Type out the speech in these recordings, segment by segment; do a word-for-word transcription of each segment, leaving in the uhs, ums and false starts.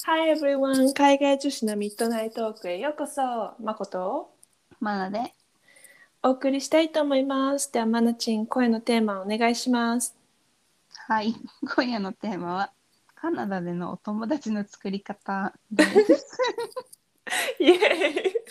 Hi everyone! 海外女子のミッドナイトトークへようこそ。まことまだで。 お送りしたいと思います。では、まなちん、声のテーマをお願いします。 はい。今夜のテーマは、カナダでのお友達の作り方です。 イエーイ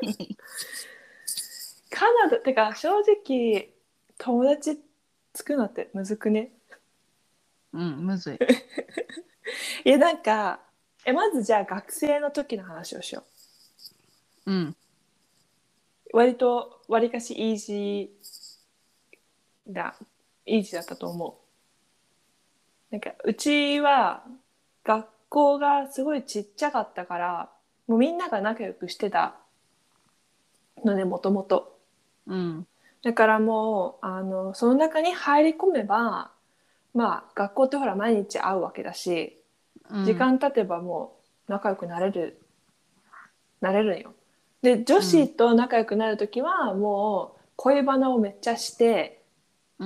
カナダ、てか正直、友達作るのってむずくね？ うん、むずい。 いや、なんか、え、まずじゃあ学生の時の話をしようん。 う。割と、わりかしイージーだ、イージーだったと思う。なんかうちは学校がすごいちっちゃかったからもうみんなが仲良くしてたのでもともとうん。 だからもうあのその中に入り込めばまあ学校ってほら毎日会うわけだし時うん。 間経てばもう仲良くなれるなれるんよ。で女うん。 子と仲良くなる時はもう恋バナをめっちゃしてうん。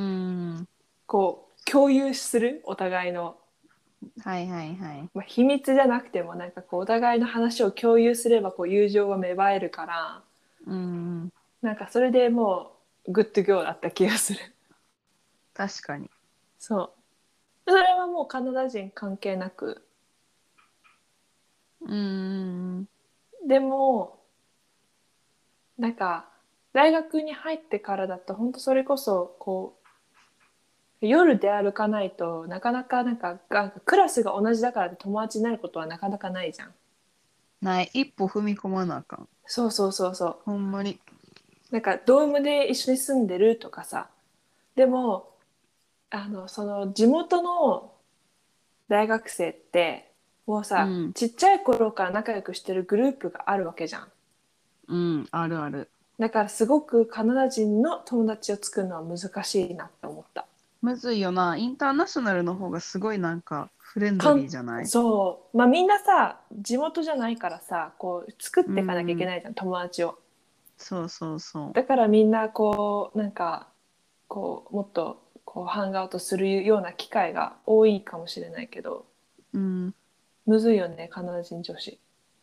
こう共有するお互いのはいはいはい。 まあ、秘密じゃなくてもなんかこうお互いの話を共有すればこう友情が芽生えるからうん。 なんかそれでもうグッドギョーだった気がする。 確かに。 そうそれはもうカナダ人関係なくうん。 でもなんか大学に入ってからだと本当それこそこう夜出歩かないとなかなかなんかがクラスが同じだからって友達になることはなかなかないじゃん。 ない。一歩踏み込まなあかん。 そうそうそうそうほんまに。 なんかドームで一緒に住んでるとかさでもあのその地元の大学生ってもうさうん。 ちっちゃい頃から仲良くしてるグループがあるわけじゃん。 うん。あるある。 だからすごくカナダ人の友達を作るのは難しいなって思った。 むずいよな。インターナショナルの方がすごいなんかフレンドかんリーじゃない？ そうまあみんなさ地元じゃないからさこう作っうていかなきゃいけん。 ないじゃん友達を。 そうそうそだからみんなこうなんかこうもっとこうハンガーアウトするような機会が多いかもしれないけどう。うん。 むずいよねカナダ人女子。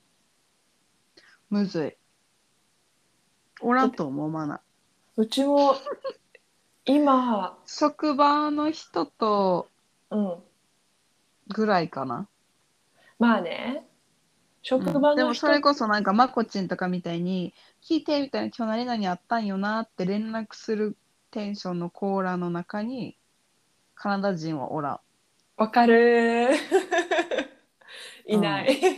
むずい。おらだってんと思うまな。 うちも今職場の人とうんぐらいかな。 まあね職うん。でもそれ場の人こそなんかまこちんとかみたいに、聞いてみたいな、今日何々あったんよなって連絡するテンションのコーラの中にカナダ人はおらわかるん。 いうん。 ない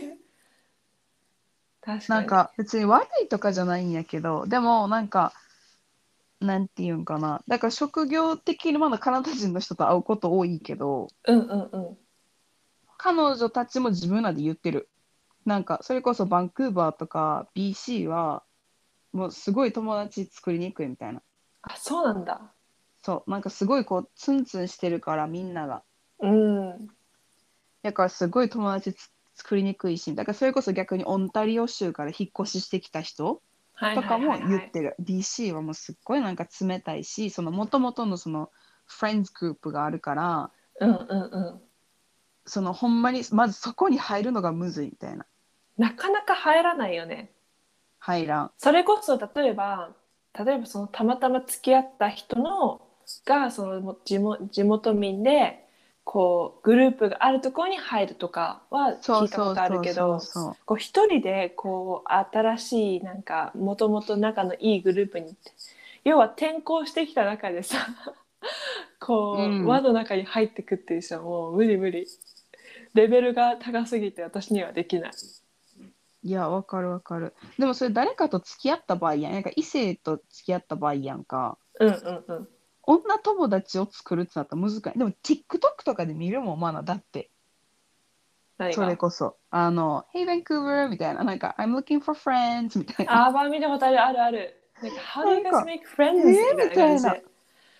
確かになんか別に悪いとかじゃないんやけど、でもなんか、なんていうんかな。だから職業的にまだカナダ人の人と会うこと多いけど、 うんうんうん彼女たちも自分らで言ってる。なんかそれこそバンクーバーとか ビーシー はもうすごい友達作りにくいみたいな。 あそうなんだそう、なんかすごいこう、ツンツンしてるからみんなが。 うんだからすごい友達つ作りにくいし、だからそれこそ逆にオンタリオ州から引っ越ししてきた人はいはいとかもはいはい言ってる。ビーシー はもうすっごいなんか冷たいし、その元々のそのフレンズグループがあるから、 うんうんうんそのほんまにまずそこに入るのがむずいみたいな。 なかなか入らないよね。 入らん。 それこそ例えば例えばそのたまたま付き合った人のがその地元地元民でこうグループがあるところに入るとかはそう聞いたことあるそうそうけどそうそこう一人でこう新しいなんかもともと仲のいいグループに要は転校してきた中でさう。うこう輪ん。 の中に入ってくっていう人はもう無理無理レベルが高すぎて私にはできない。 いや、わかるわかる。でもそれ誰かと付き合った場合やん。なんか異性と付き合った場合やんか。 うんうんうん女友達を作るってなったら難しい。でも TikTok とかで見るもん、まだ。だって、それ何がこそ。あの、Hey Vancouver みたいな、なんか I'm looking for friends みたいな。 あー、まあ見たことあるあるある。なんか、How do な you ん guys か、 make えー、 friends? みたいみたいな。 な感じで。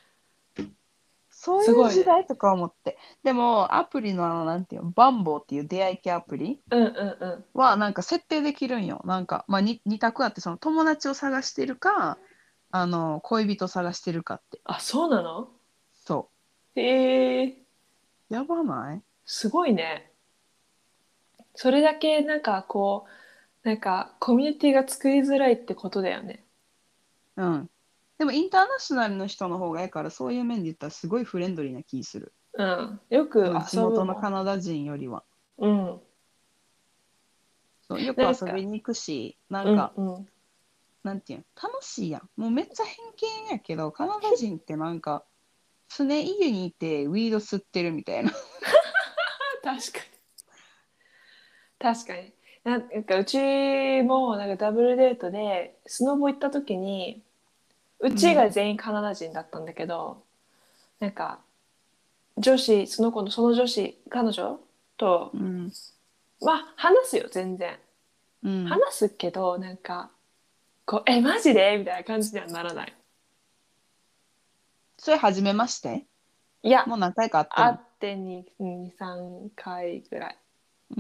そういうすごいね。 時代とか思って。でも、アプリのあの、なんていうの、バンボーっていう出会い系アプリうんうんうん。 は、なんか設定できるんよ。なんか、まあ、に二択あって、その友達を探してるか、あの、恋人探してるかって。 あ、そうなの？ そへえ、 う。やばない？ すごいね。 それだけなんかこうなんかコミュニティが作りづらいってことだよね。 うん。でもインターナショナルの人の方がやから、そういう面で言ったらすごいフレンドリーな気する。 うん。よくその地遊ぶ元のカもナダ人よりは。 ん。うん。 そう、よくなんか、 遊びに行くし、なんうんか、 うん。 なんていうの、楽しいやん。もうめっちゃ偏見やけど、カナダ人ってなんか、常家にいてウィード吸ってるみたいな。 確かに。確かに。なんかうちもなんかダブルデートでスノボ行った時に、ううん。 ちが全員カナダ人だったんだけど、なんか女子、その子のその女子、彼女と、 うん。 まあ話すよ、全然。 うん。 話すけど、なんか、こう、え、マジでみたいな感じにはならない。 それ初めまして？ いや、 もう何回か会って会っん？ てに、に、さんかいぐらい。 うん。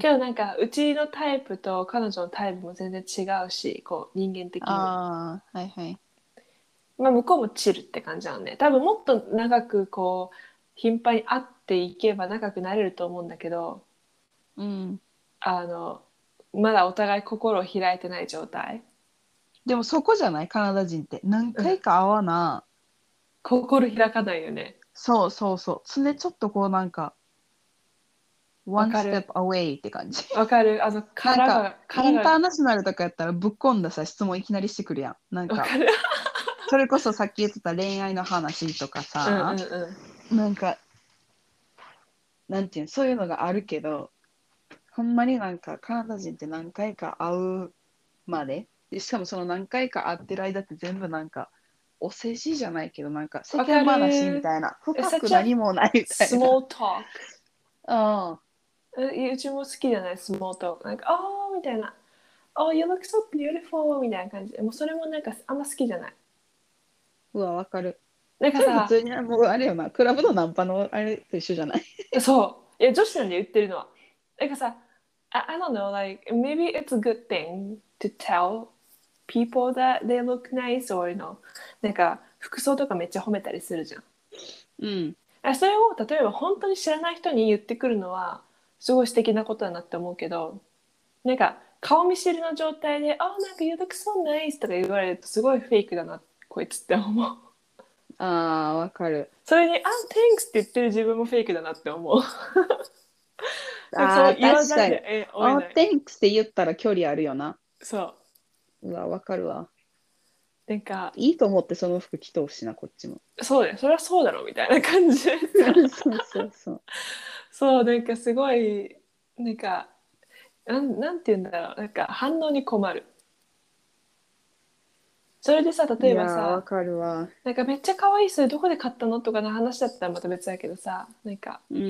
けどなんか、うちのタイプと彼女のタイプも全然違うし、こう、人間的にも。 ああ、はいはい。 まあ、向こうもチルって感じなので、多分もっと長くこう、頻繁に会っていけば仲良くなれると思うんだけど、 うん。 あの、まだお互い心を開いてない状態。 でもそこじゃないカナダ人って。何うん。 回か会わな。 心開かないよね。 そうそうそう。常ちょっとこうなんか、 わ one か step る。 away って感じ。 わかる。あの、 なんか、 殻が、殻が、 インターナショナルとかやったらぶっこんださ、質問いきなりしてくるやん。なんか、 わかる。 それこそさっき言ってた恋愛の話とかうんさ、 うんうん。 なんか、なんていうの、そういうのがあるけど、ほんまになんかカナダ人って何回か会うまで、でしかもその何回か会ってる間って全部なんか、お世辞じゃないけど、なんか世わか間話みる。 たいな、深く such a 何もないみたいな。 small talk。 ああ、 うちも好きじゃない、スモールトーク。なんか、あーみたいな。Oh, you look so beautiful みたいな感じで。もうそれもなんかあんま好きじゃない。 うわ、わかる。それ普なんかさ、 通にもうあれよな、クラブのナンパのあれと一緒じゃない？ そう。いや、女子なんで言ってるのは。なんかさ、I, I don't know, like, maybe it's a good thing to tell people that they look nice or, you know, なんか、服装とかめっちゃ褒めたりするじゃん。 うん。 あそれを、例えば本当に知らない人に言ってくるのは、すごい素敵なことだなって思うけど、なんか、顔見知りの状態で、あ、なんか You look so nice とか言われると、すごいフェイクだな、こいつって思う。 ああ、わかる。 それに、あ、Thanks って言ってる自分もフェイクだなって思う。なんかああ、 そう言わ確かに。 ざるを得あ、 ない。 Thanks って言ったら距離あるよな。 そう。 うわ、わかるわ。 なんか、 いいと思ってその服着とうしな、こっちも。 そうだよ、それはそうだろうみたいな感じでさ。 そうそうそう。 そう、なんかすごい、なんか、なん、なんて言うんだろう、なんか反応に困る。それでさ、例えいやー、わばさ、 かるわ。 なんかめっちゃ可愛いそれどこで買ったのとかの話だったらまた別だけどさ、なんか、 うん、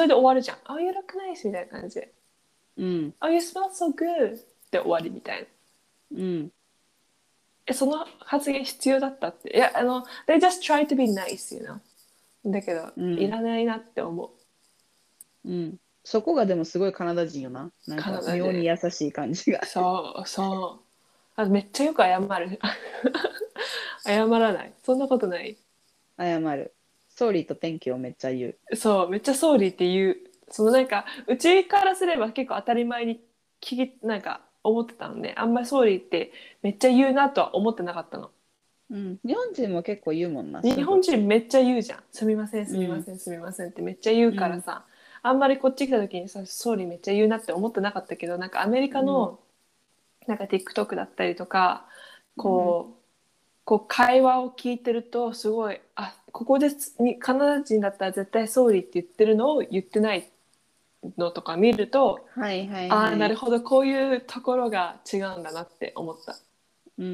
それで終わるじゃん。Oh, you look nice みたいな感じで。 うん、 Oh, you smell so good で終わりみたいな。 うん、 え、その発言必要だったって。いや、あの、they just try to be nice, you know. だけど、 うん、 いらないなって思う。 うん。そこがでもすごいカナダ人よな。なんカナかダで。 妙に優しい感じが。 そうそう。あ、めっちゃよく謝る。謝らない。そんなことない。 謝る。ソーリーと Thank you をめっちゃ言う。 そう、めっちゃソーリーって言う。そのなんか、うちからすれば結構当たり前に聞き、なんか思ってたので、あんまりソーリーってめっちゃ言うなとは思ってなかったの。 うん。日本人も結構言うもんな、す日本ぐ。 人めっちゃ言うじゃん。すみません、すみまうん、 せん、すみませんってめっちゃ言ううん、 からさ、あんまりこっち来た時にさ、ソーリーめっちゃ言うなって思ってなかったけど、なんかアメリカうん、 のなんか TikTok だったりとか、 うん、 こう、こう会話を聞いてるとすごい、あ、ここですにカナダ人だったら絶対ソーリーって言ってるのを言ってないのとか見ると、 はいはいああ、 はい。 なるほど、こういうところが違うんだなって思った。 うん、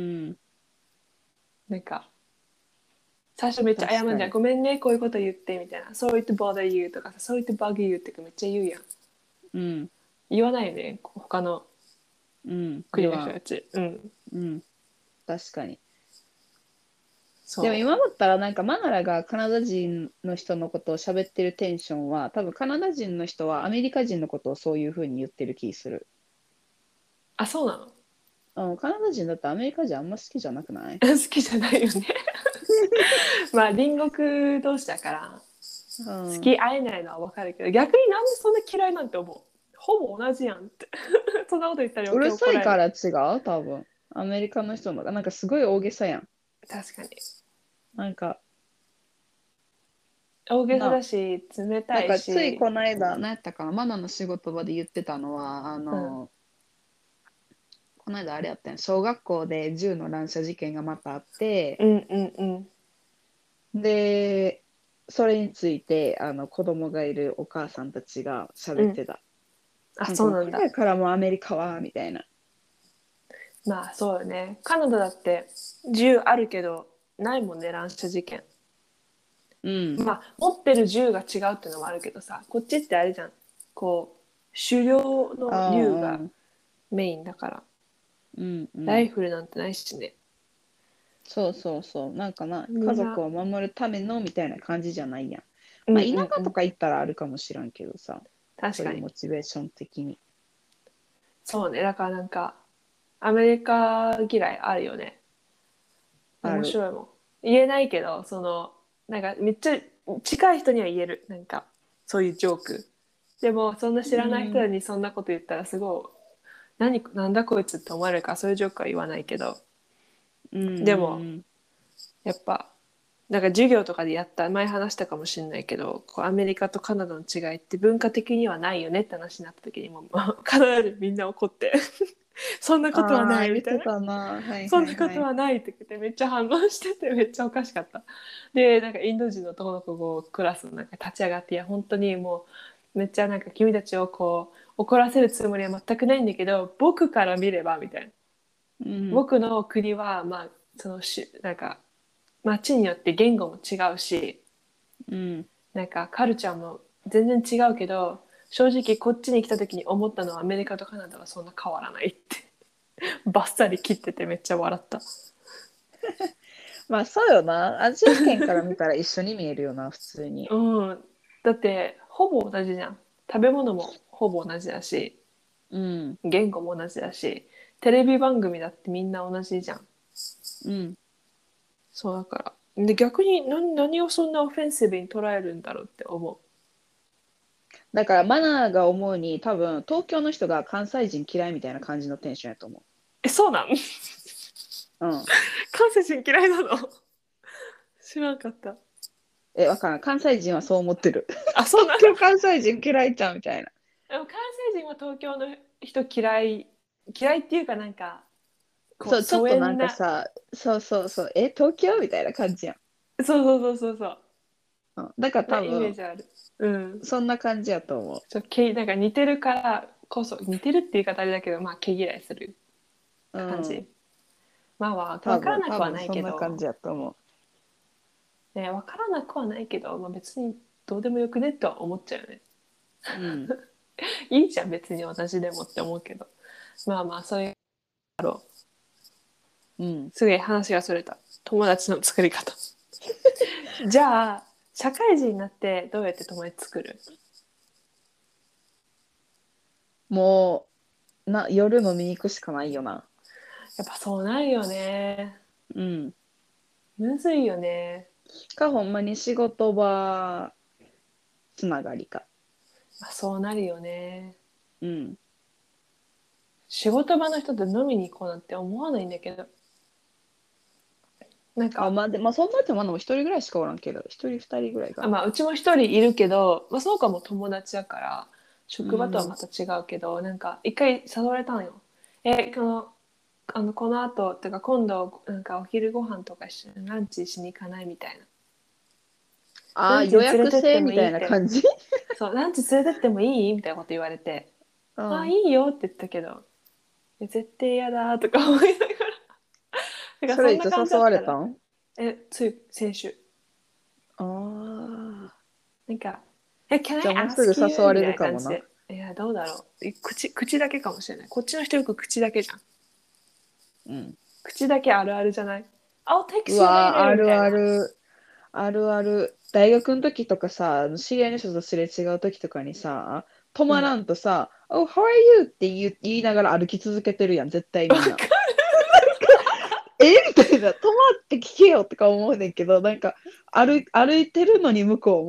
なんか最初めっちゃ謝んじゃん、 確かに。 ごめんねこういうこと言ってみたいな、そう言って bother you とかさ、そう言って bug you ってめっちゃ言うやん。 うん、 言わないよね、他のうん、 国の言わん。 人たち。うん。 うん、確かに。でもそ今だったらなんかマナラがカナダ人の人のことを喋ってるテンションは多分カナダ人の人はアメリカ人のことをそういうふうに言ってる気する。 う。あ、そうなの。 うん、カナダ人だってアメリカ人あんま好きじゃなくない？ 好きじゃないよね。まあ隣国同士だからうん、 好き合えないのは分かるけど、逆になんでそんな嫌いなんて思う。 ほぼ同じやんってそんなこと言ったらうる余計怒られる。 さいから違う多分。アメリカの人のがなんかすごい大げさやん。 確かになんか、 大げさな、 だし冷たいなんかついこし、 の間、何やったかな、マナの仕事場で言ってたのは、あうん、 の、この間あれやったんや小学校で銃の乱射事件がまたあって、 うんうんうんで、それについてあの子供がいるお母さんたちがうん。 喋ってた。 あ、 なんかもうこれそうなんだ。 やからもうアメリカはみたいな。 まあそうよね。カナダだって銃あるけどないもんね、乱射事件。 うん。 まあ持ってる銃が違うっていうのもあるけどさ、こっちってあれじゃん、こう狩猟のあ銃があ、 メインだからうんうん。 ライフルなんてないしね。 そうそうそう。なんかな、家みんな、 族を守るためのみたいな感じじゃないやん。 うんまあ、田うんうん、 舎とか行ったらあるかもしらんけどさ、そういう確かに。 モチベーション的に。 そうね、だからなんかアメリカ嫌いあるよね。 ある。 面白いもん。言えないけど、そのなんかめっちゃ近い人には言える、なんかそういうジョーク。でもそんな知らない人うん。 にそんなこと言ったらすごい何なんだこいつって思われるから、そういうジョークは言わないけど、 うんうでもんやっぱなんか授業とかでやった前話したかもしれないけど、こうアメリカとカナダの違いって文化的にはないよねって話になった時にもカナダでみんな怒ってそんなうん。 ことはああ、言ってないみたいな、 たな。はいそんはいはい。 なことはないって言ってめっちゃ反応しててめっちゃおかしかった。でなんかインド人の男の子がクラスのなんか立ち上がって、いや本当にもうめっちゃなんか君たちをこう怒らせるつもりは全くないんだけど、僕から見ればみたいな、 うん。 僕の国はまあそのしなんか街によって言語も違うし、 うん。 なんかカルチャーも全然違うけど、正直こっちに来た時に思ったのはアメリカとカナダはそんな変わらないってバッサリ切っててめっちゃ笑った。 まあそうよな。アジア圏から見たら一緒に見えるよな、普通に。 うん、だってほぼ同じじゃん。食べ物もほぼ同じだし、 うん。 言語も同じだし、テレビ番組だってみんな同じじゃん。 うん。 そうだからで逆に何何をそんなオフェンシブに捉えるんだろうって思う。 だからマナーが思うに多分東京の人が関西人嫌いみたいな感じのテンションやと思え、そうなん？ う。うん。 関西人嫌いなの？知らんかった。 え、わからん。関西人はそう思ってる。 あ、そうなの？ 東京関西人嫌いちゃうみたいな。 でも関西人は東京の人嫌い嫌いっていうかなんかこうそう、ちょっ疎となんか遠な、 さ、そうそうそう、え、東京みたいな感じやん。 そうそうそうそうそううん、だからな多分、 イメージある。うん。 そんな感じやと思ちょけなんか似てるからこそ、似てるって言い方あれだけど、まあ毛嫌いするう。うん。 感じ。まあわ分から多分、 なくはない多分そんけど、 な感じやと思ね、分からなくはないけど、まあ、別にどうでもよくねとは思っちゃうよね。 う。うん。 いいじゃん別に同じでもって思うけど、まあまあそういう、 うん。 すげえ話がそれた。友達の作り方。じゃあ社会人になってどうやって友達作る？ もう、な、夜飲みに行くしかないよな。 やっぱそうなるよね。 うん。 むずいよね。 か、ほんまに仕事場つながりか。 まあ、そうなるよね。 うん。 仕事場の人と飲みに行こうなんて思わないんだけど、なんあ、 か、 まあ、で、まあ、そんなってまだも一人ぐらいしかおらんけど、一人二人ぐらいかな。 あ、まあうちも一人いるけど、まあ、そうかも友達だからう職場とはん。 また違うけど、なんか一回誘われたのよ。えこのあのこの後ってか今度なんかお昼ご飯とか一緒にランチしに行かないみたいな。ラああ、 ンチに連れ予約てって制みたいもいいって。 な感じ。 そう、ランチ連れてってもいいみたいなこと言われて、 うあいん。 いよって言ったけど、絶対嫌だとか思いながら、なんかそれいつそんな感じだ誘わったら、 れたん？ えつい先週ああ。 なんか「え Can じゃ I あもうすぐ ask 誘 you?」みたいわれるかもな。 な感じで、いやどうだろう、口口だけかもしれない。こっちの人よく口だけじゃん。 うん。 口だけあるあるじゃない？ I'll う text you わー、あ later みるたいな。 ある。あるある。大学の時とかさ、知り合いの人とすれ違う時とかにさ、止まうん、 らんとさ、Oh, how are you? って言い、言いながら歩き続けてるやん、絶対みんな。 わかる。 えみたいな、止まって聞けよとか思うねんけど、なんか歩、歩いてるのに向こうも。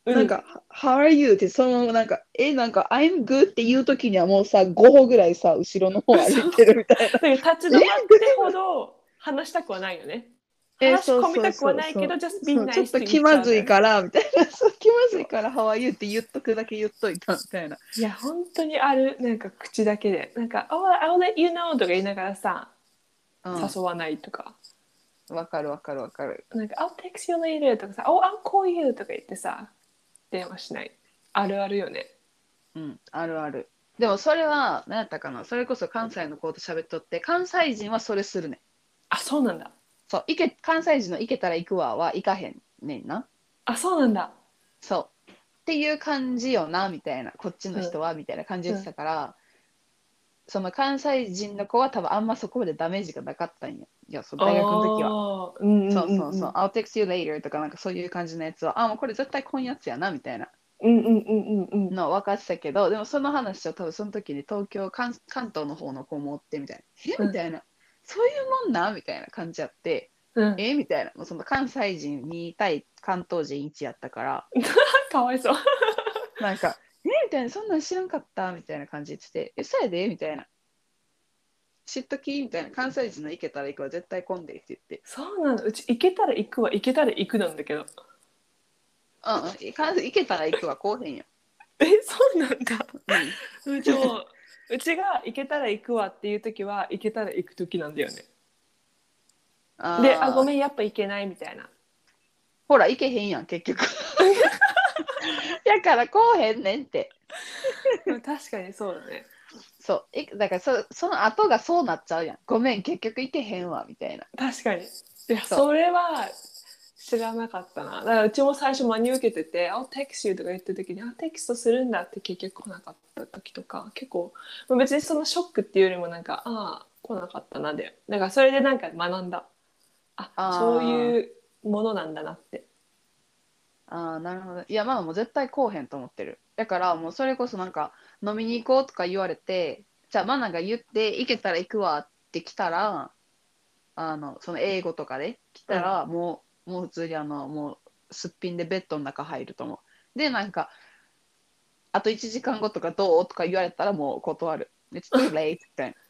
うん。 なんか、How are you? ってそのままなんか、え、なんか、I'm good って言うときにはもうさ、ご歩ぐらいさ、後ろの方歩そう。 いてるみたいな。 だから立ちえ、 止まってほど話したくはないよね。 え、 話しそうそう込みたくはそうそう。 ないけど、just be そう、ちょっ nice とって言っ気まずちゃうんだよね。 いから、みたいな。そう、気まずそう。 いから How are you? って言っとくだけ言っといたみたいな。 いや、本当にある。なんか口だけで。なんか、oh, I'll let you know とか言いながらさ、 うん。 誘わないとか。 わかるわかるわかる。 なんか、I'll text you later とかさ、oh, I'll call you とか言ってさ、電話しない。あるあるよね。 うん、あるある。でもそれは、何やったかな、それこそ関西の子と喋っとって、関西人はそれするね。 あ、そうなんだ。 そう、行け、関西人の行けたら行くわは行かへんねんな。 あ、そうなんだ。 そう。っていう感じよな、みたいな。こっちのうん。 人は、みたいな感じで言ってうん。 たから、その関西人の子は多分あんまそこまでダメージがなかったんや。いや、そう、 あ大学の時は。 あ、うんうんそうそうそう。 うんうん。 I'll text you later とかなんかそういう感じのやつは、あ、もうこれ絶対今やつやな、みたいなうんうんうんうんうん。 の分かってたけど、でもその話を多分その時に東京、関、関東の方の子もおってみたいな。えうんみたいな。そういうもんなみたいな感じやって、 うん。 えみたいな。もうその関西人に対関東人いちやったから、 かわいそう。 なんか、えみたいな、そんなん知らんかったみたいな感じで言ってて、え、そうやでみたいな。知っときみたいな。関西人の行けたら行くわ、絶対混んでって言って。 そうなの。うち行けたら行くわ。行けたら行くなんだけど。 うん、うん、関西行けたら行くわ、こうへんよ。 え、そうなんだ。 うん。 うちも、うちが行けたら行くわっていう時は行けたら行く時なんだよね。で、あ、ごああ、 めん、やっぱ行けないみたいな。 ほら、行けへんやん、結局。やからこうへんねんって。 確かにそうだね。 そう。いだからそ、その後がそうなっちゃうやん。ごめん、結局行けへんわ、みたいな。 確かに。いや、 そう。 それは知らなかったな。だからうちも最初真に受けてて、あ、テクストとか言ってる時に、あ、テキストするんだって結局来なかった時とか、結構、まあ別にそのショックっていうよりもなんか、ああ、来なかったなで。だからそれでなんか学んだ。あ、そうあいうものなんだなって。 あ、ああ、なるほど。いや、まあもう絶対こうへんと思ってる。だからもうそれこそなんか飲みに行こうとか言われて、じゃあマナが言って行けたら行くわって来たら、あの、その英語とかで来うん。 たら、もう、もう普通にあの、もうすっぴんでベッドの中入ると思う。で、なんか、あといちじかんごとかどうとか言われたらもう断る。It's too late みたい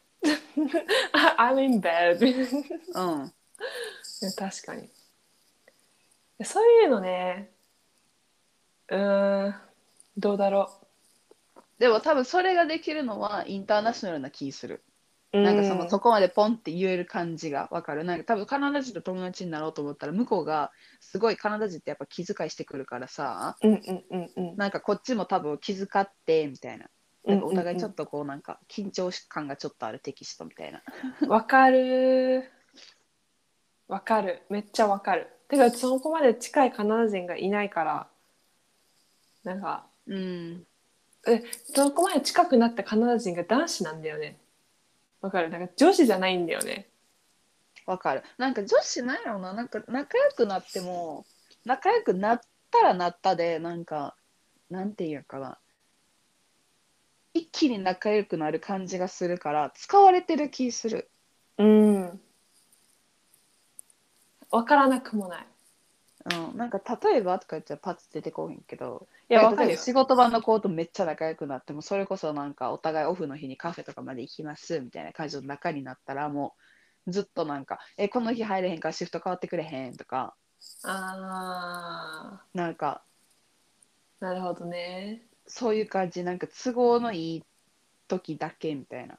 I'm in bed な。うん。 確かに。そういうのね、うーん、どうだろでも多分それができるのはインターナショナルな気する。 う。うなんかそのそん。 こまでポンって言える感じがわかる。なんか多分カナダ人と友達になろうと思ったら向こうがすごいカナダ人ってやっぱ気遣いしてくるからさ、 うんうんうんうん。 なんかこっちも多分気遣ってみたいな。 うんなんかおうんうん。 互いちょっとこうなんか緊張感がちょっとあるテキストみたいな。 わかる。わかる。めっちゃわかる。てか、そこまで近いカナダ人がいないから、なんか、 うん。 え、そこまで近くなったカナダ人が男子なんだよね。わかる。なんか女子じゃないんだよね。 わかる。なんか女子なんやろな、なんか仲良くなっても、仲良くなったらなったで、なんか、なんていうかな、一気に仲良くなる感じがするから、使われてる気する。 うん。わからなくもない。 うん、なんか例えばとか言ったらパッと出てこへんけど、 いや、 だからわかるよ。 例えば仕事場の子とめっちゃ仲良くなっても、それこそなんかお互いオフの日にカフェとかまで行きますみたいな感じの仲になったら、もうずっとなんか、え、この日入れへんからシフト変わってくれへんとか、 あなんかー、なるほどね。 そういう感じ、なんか都合のいい時だけみたいな。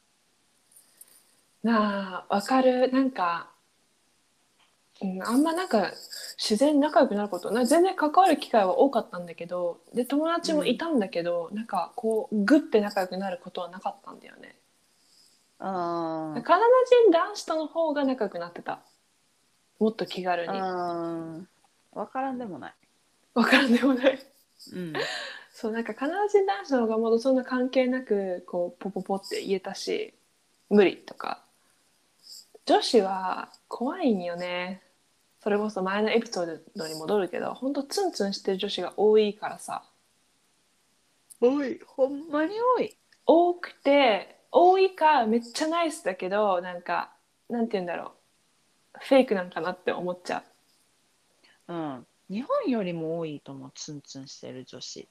なあ、わかる。なんか、うん、あんまなんか自然に仲良くなることな全然関わる機会は多かったんだけど、で友達もいうん。 たんだけど、なんかこうグッて仲良くなることはなかったんだよね。カナあダ人男子との方が仲良くなってた。もっと気軽あ、 に。 ああ、わからんでもない。 わからんでもない。 うん。 そう、なんかカナダ人男子の方がもっとそんな関係なくこうポポポって言えたし、無理とか。女子は怖いんよね。それこそ前のエピソードに戻るけど、ほんとツンツンしてる女子が多いからさ。 多い、ほんまに多い。 多くて、多いかめっちゃナイスだけど、なんかなんて言うんだろう、フェイクなんかなって思っちゃうん。 日本よりも多いと思う、ツンツンしてる女子。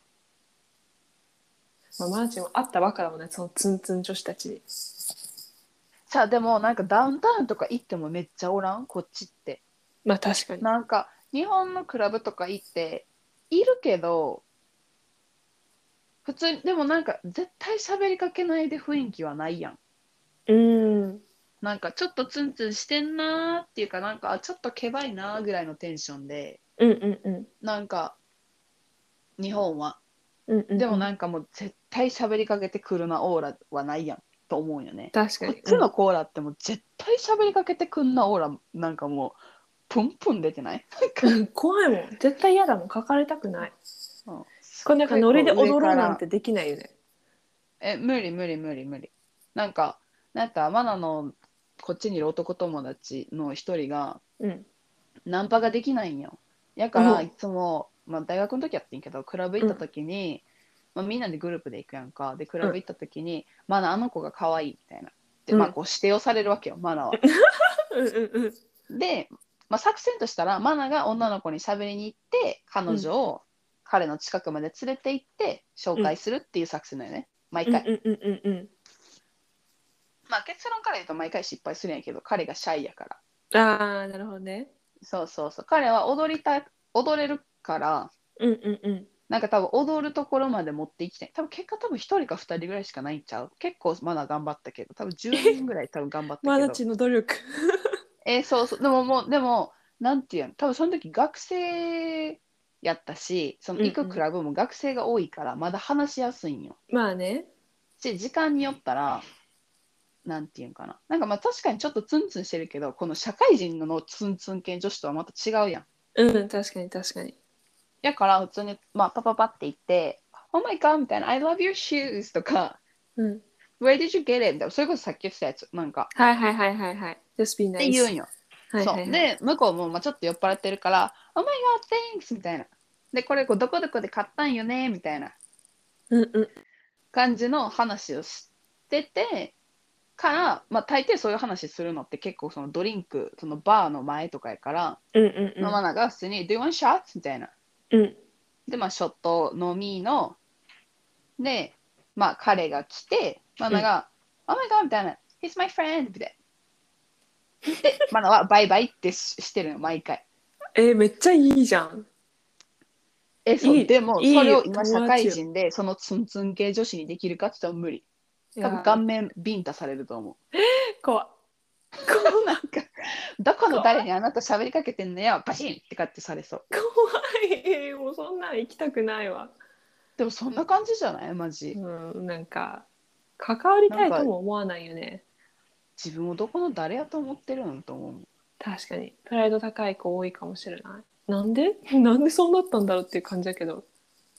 まあ、マーチも会ったばっかだもんね、そのツンツン女子たちに。 さあでもなんかダウンタウンとか行ってもめっちゃおらんこっちって。 まあ確かに。 なんか日本のクラブとか行っているけど、普通にでもなんか絶対喋りかけないで雰囲気はないやん。 うーん。 なんかちょっとツンツンしてんなーっていうか、なんかあちょっとケバいなーぐらいのテンションで、 うんうんうん。 なんか日本は。 うんうんうん。 でもなんかもう絶対喋りかけてくるなオーラはないやんと思うよね。 確かに。 こっちうん。 のコーラってもう絶対喋りかけてくんなオーラなんかもうプンプン出てない？なんか、 うん怖いもん。絶対嫌だもん。書かれたくない。 うん、すっこれなんかごいこう上ノリで踊ろからうなんてできないよね。 え無理無理無理無理。なんかなんかマナのこっちにいる男友達の一人がうん。 ナンパができないんよ。やかおう。 らいつも、まあ、大学の時やってんけどクラブ行ったうん。 時に、まあ、みんなでグループで行くやんか。でクうん。 ラブ行った時にマナあの子が可愛いみたいな。でうん。 まあこう指定をされるわけよマナは。 うんうんうん。 で、まあ、作戦としたらマナが女の子に喋りに行って彼うん女を彼の近くまで連れて行って紹うん介するっていう作戦だよね毎回。 うんうんうんうんうん。 まあ結論から言うと毎回失敗するんやけど彼がシャイやから。 ああ、なるほどね。 そうそうそう彼は踊りたい踊れるからうんうんうん。 なんか多分踊るところまで持っていきたい。多分結果多分ひとりかふたりぐらいしかないんちゃう。結構まだ頑張ったけど、多分じゅうにんぐらい多分頑張ったマナけど。 チの努力。 えーそうそう。でももう、でも、なんていうの、多分その時学生やったし、そのうんうん。 行くクラブも学生が多いから、まだ話しやすいんよ。 まあね。 し、時間によったら、なんていうんかな。なんかまあ確かにちょっとツンツンしてるけど、この社会人のツンツン系女子とはまた違うやん。 うん、確かに確かに。 だから普通に、まあパパパって言って、Oh my god! みたいな、I love your shoes! とか、 うん。 Where did you get it? みたいな、それこそさっき言ってたやつ、なんか、 はいはいはいはいはい。just be って言うん nice。 よ。そう。 はいはいはい。 で、向こうもまあちょっと酔っ払ってるから、Oh my god, thanks! みたいな。で、これこうどこどこで買ったんよねみたいなうんうん感じの話をしてて、から、まあ大抵そういう話するのって結構そのドリンク、そのバーの前とかやから、 うんうんうん。 ママが普通に Do you want shots? みたいな。 うん。 で、まあショット飲みの、で、まあ彼が来て、マうん。 マが、Oh my god! みたいな。He's my friend! みたいな。で、ママはバイバイってししてるの、毎回。 えーめっちゃいいじゃん。 え、そう。 いい、 でも、それいいを今、社会友達よ。 人で、そのツンツン系女子にできるかって言ったら無理。多分、 いやー、 顔面ビンタされると思う。 怖い。 なんか、どこの怖い。 誰にあなた喋りかけてんのよ、バシンってかってされそう。 怖い。もうそんなん行きたくないわ。 でも、そんな感じじゃないマジ。 うん、なんか、関わりたいとなんか、 も思わないよね。 自分をどこの誰やと思ってるのと思う。 確かに。プライド高い子多いかもしれない。なんでなんでそうなったんだろうっていう感じだけど。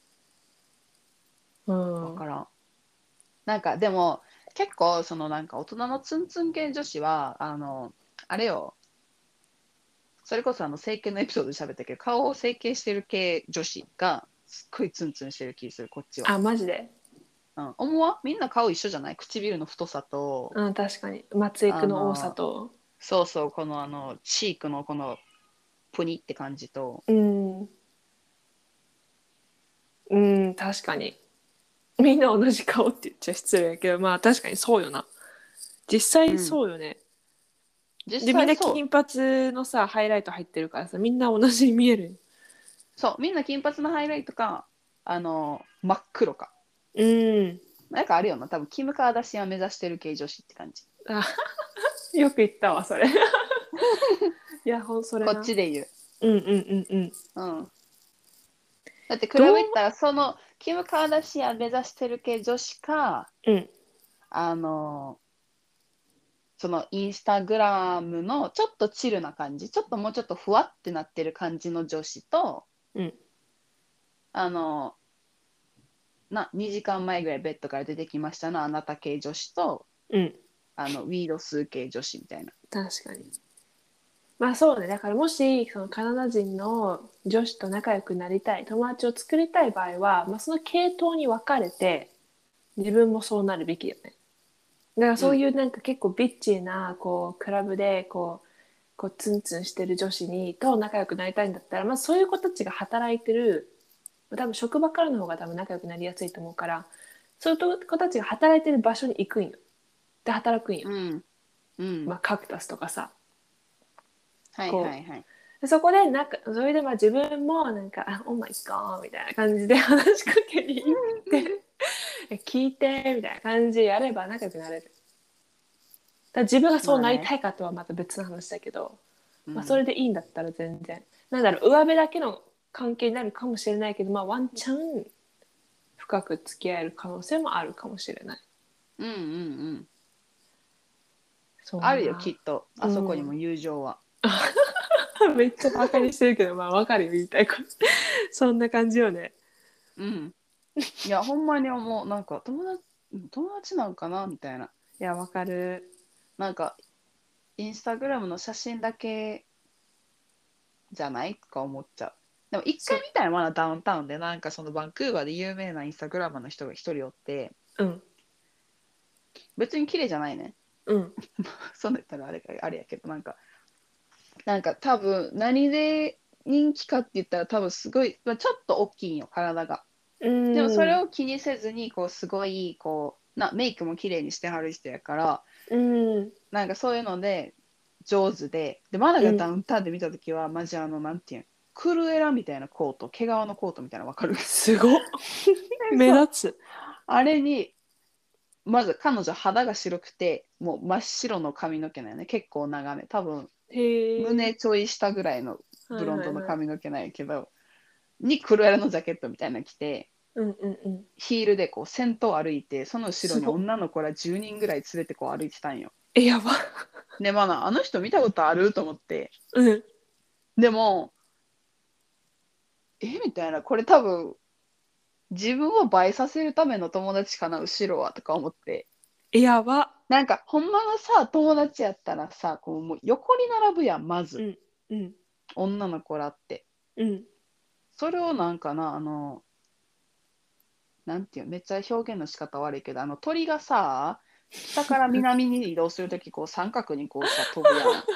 うん。うんわからん。なんか、でも、結構、そのなんか、大人のツンツン系女子は、あの、あれよ、それこそあの整形のエピソードで喋ったけど、顔を整形してる系女子が、すっごいツンツンしてる気する、こっちは。 あ、マジで。 うん、思わみんな顔一緒じゃない唇の太さと、 うん、確かに。松江あ区の多さの、 と。 そうそう、このあの、チークのこの、プニって感じと、 うん。うん、確かに。みんな同じ顔って言っちゃ失礼やけど、まあ確かにそうよな。実際うん、 そうよね。 実で、みんな際そう。 金髪のさ、ハイライト入ってるからさ、みんな同じに見える。 そう、みんな金髪のハイライトか、あの、真っ黒か。 うん。 なんかあるよな、多分、キム・カーダシアン目指してる系女子って感じ。 あ、よく言ったわ、それ。いや、ほん、それこっな。 ちで言う。 うんうんうんうん。 うん。だって、クどうラブ行ったら、その、キム・カーダシアン目指してる系女子か、 うん。 あの、そのインスタグラムのちょっとチルな感じ、ちょっともうちょっとふわってなってる感じの女子と、 うん。 あの、な、にじかんまえぐらいベッドから出てきましたのあなた系女子と、 うん。 あの、ウィード数系女子みたいな。 確かに。まあそうね。だからもし、そのカナダ人の女子と仲良くなりたい、友達を作りたい場合は、まあその系統に分かれて、自分もそうなるべきよね。だからうん、 そういうなんか結構ビッチーな、こう、クラブで、こう、 こうツンツンしてる女子にと仲良くなりたいんだったら、まあ、そういう子たちが働いてる多分職場からの方が多分仲良くなりやすいと思うから、そういう子たちが働いてる場所に行くんよ。で働くんよ。 うんうんまあ、カクタスとかさ、 はいはこいはい。 うそこでなんかそれでまあ自分もなんか「あオーマイガー」みたいな感じで話しかけに行って聞いてみたいな感じでやれば仲良くなれる。だ自分がそうなりまあね。 たいかとはまた別の話だけど、まあ、そうんれでいいんだったら全然なんだろう上辺だけの関係になるかもしれないけど、まあ、ワンチャン深く付き合える可能性もあるかもしれない。 うんうんうん。 そあるよ、 んな、 きっと。あそこにもうん、 友情は。 めっちゃバカにしてるけどまあ分かるよ言いたいことそんな感じよね。 うん。いや、ほんまに思う。なんか、友達、友達なんかなみたいな。 いや分かる。 なんか、インスタグラムの写真だけじゃないとか思っちゃう。でも、一回そ見たらまだダウンタウンで、なんかそのバンクーバーで有名なインスタグラマーの人が一人おって、 うん別に綺麗じゃないね。 うんそうなったらあれか、あれやけど、なんか、なんか多分、何で人気かって言ったら多分すごい、まあちょっと大きいんよ、体が。 うでもそれんを気にせずに、こう、すごい、こう、な、メイクも綺麗にしてはる人やから、 うんなんかそういうので、上手で、で、マナがダうんウンタウンで見たときは、マジあの、なんていうん、クルエラみたいなコート、毛皮のコートみたいなのわかる？ すごっえそう。 目立つ。 あれに、まず彼女肌が白くて、もう真っ白の髪の毛なんよね。結構長め。多分、 へえ。 胸ちょい下ぐらいのはいブロンドのはいはい。 髪の毛なんやけど、にクルエラのジャケットみたいなの着て、 うんうんうん。 ヒールでこう先頭歩いて、その後ろにすごっ。 女の子らじゅうにんぐらい連れてこう歩いてたんよ。 え、やば。 で、まあな、あの人見たことあると思って。 うん。 でも、えみたいな、これ多分、自分を映えさせるための友達かな、後ろはとか思って。 え、やば。 なんか、ほんまのさ、友達やったらさ、こうもう横に並ぶやん、まず。 うんうん女の子らって。 うん。 それをなんかな、あの、なんていう、めっちゃ表現の仕方悪いけど、あの鳥がさ、北から南に移動するとき、こう三角にこうさ、飛ぶやん。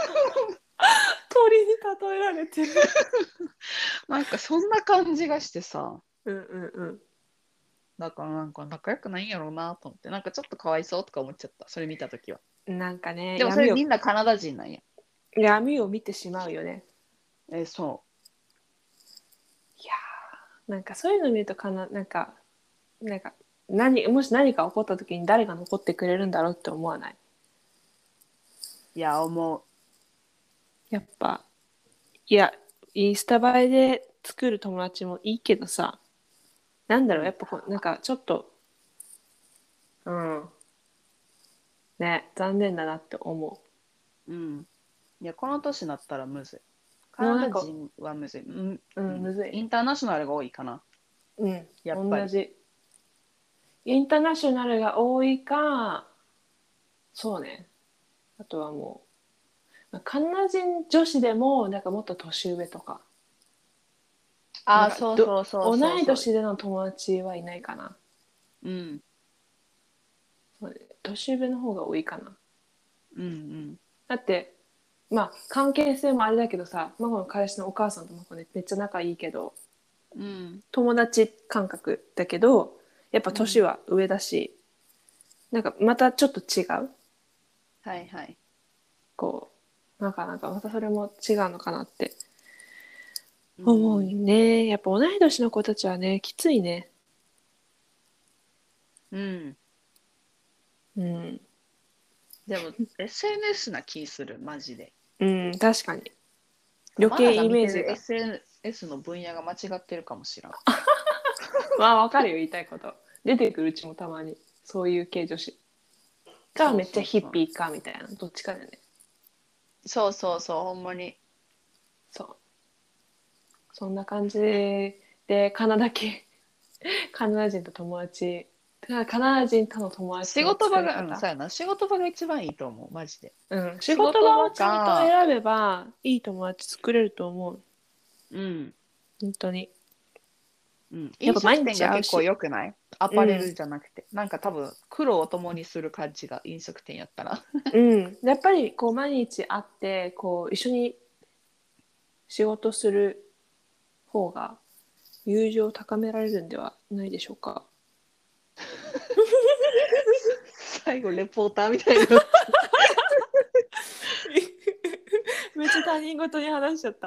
鳥に例えられてる。 なんかそんな感じがしてさ、 うんうんだからなんか仲良くないんやろうなと思って、なんかちょっとかわいそうとか思っちゃった、それ見たときは。 うん。なんかね、 でもそれ闇を、 みんなカナダ人なんや。 闇を見てしまうよね。 え、そいやー、なんかそういうの見るとかな、なんか、なんか、何、もし何か起こった時に誰が残ってくれるんだろうって思わない？ う。いや、思やっぱ、いや、インスタ映えで作る友達もいいけどさ、なんう。 だろう、やうん。 っぱこう、なんかちょっと、うん、ね、残念だなって思うん。いや、この年になったらむずい。 う。もカうなんか、 ナダ人はむずい。うん。 うん、 うん。 むずいね。 インターナショナルが多いかな。 うん、 やっぱり。 同じ。インターナショナルが多いか、そうね。あとはもう、まあカナダ人女子でも、なんかもっと年上とか、なんああ、 かど、 そうそうそう同そうそう。 い年での友達はいないかな。 うん。 そうね、年上の方が多いかな。 うんうん。 だって、まあ、関係性もあれだけどさ、ママの彼氏のお母さんとマコね、めっちゃ仲いいけど、 うん。 友達感覚だけど、やっぱうん。 年は上だし、なんかまたちょっと違う。 はいはい。 こう、なんかなんかまたそれも違うのかなってう思うん。 ね。やっぱ同い年の子たちはね、きついね。 うん。 うん。 でも、エスエヌエス な気する、マジで。 うん、確かに。余マナ計が見てるイメージが。 エスエヌエス の分野が間違ってるかもしらん。 まあ、わかるよ、言いたいこと。出てくるうちもたまに、そういう系女子。か、 そうめっちゃヒそうそう。 ッピーか、みたいな。どっちかだよね。 そうそうそう、ほんまに。 そう。そんな感じで、で、カナダ系、カナダ人と友達、カナダ人との友達仕の事場が、うん、 作り方。 そうやな。仕事場が一番いいと思う、マジで。 うん。仕仕事事場場をちゃんとか、 選べば、いい友達作れると思う。 うん。 本当に。 うん、 やっぱ毎飲食店日会うし。 が結構良くない？アパレルじゃなくて、なんか多分苦労を共にする感じが飲食店やったら。 うん、やっぱりこう毎日会ってこう一緒に仕事する方が友情を高められるんではないでしょうか。 最後レポーターみたいな。 めっちゃ他人事に話しちゃった。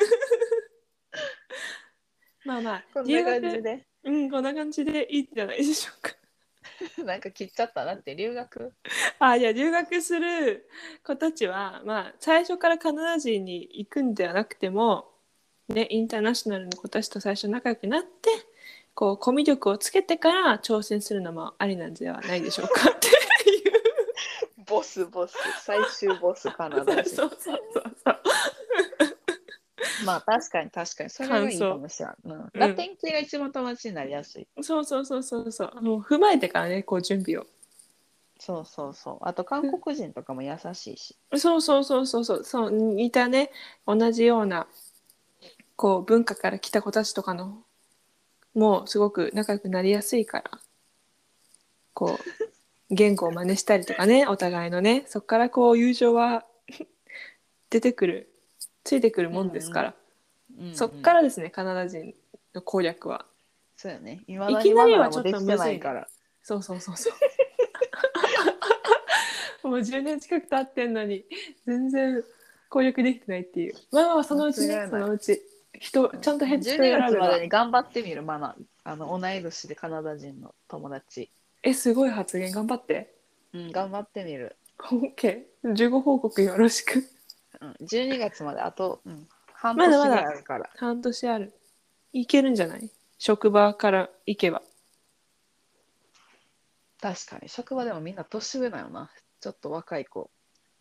まあまあこんな留学、 感じで。 うんこんな感じでいいんじゃないでしょうか。 なんか切っちゃったなって留学。 あ、いや留学する子たちはまあ最初からカナダ人に行くんではなくてもね、インターナショナルの子たちと最初仲良くなってこうコミュ力をつけてから挑戦するのもありなんではないでしょうかっていうボスボス最終ボスカナダ人。 そうそうそうそうまあ確かに確かにそれがいいかもしれん、うん、ラテン系が一番友達になりやすい。 そうそうそうそうそうもう踏まえてからねこう準備をそうそうそう。あと韓国人とかも優しいし。 そうそうそうそうそうそう似たね同じようなこう文化から来た子たちとかのもうすごく仲良くなりやすいからこう言語を真似したりとかねお互いのねそこからこう友情は出てくるついてくるもんですから、 うんうん、 そっからですねカナダ人の攻略は。 そうよね。いまいだにマナきなりはちょっーもできてとむずいね。 ないから。 そうそうそうそうもうじゅうねん近く経ってんのに全然攻略できてないっていう。まあまあそのうちね間違いない。 そのうち人ちゃんとヘッ 12 ド選べば。 月までに頑張ってみるマナー。あの同い年でカナダ人の友達。 えすごい発言頑張って。 うん、頑張ってみる。 OK じゅうご報告よろしく。 うん、じゅうにがつまであと、うん、半まだま年ぐらいあだるから。 半年ある。いけるんじゃない？職場から行けば。 確かに職場でもみんな年上だよな。ちょっと若い子。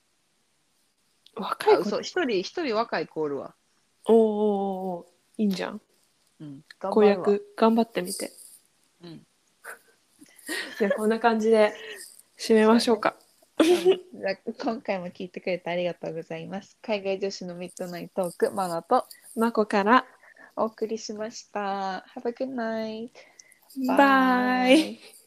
あ、 若い子。 嘘、一人一人若い子おるわ。 おーおーおーいいんじゃん。 うん、頑攻張るわ。 略頑張ってみて。 うん、 じゃあこんな感じで締めましょうか。 うん、じゃあ今回も聞いてくれてありがとうございます。海外女子のミッドナイトーク、マナとまこからお送りしました。Have a good night. バイ。 Bye.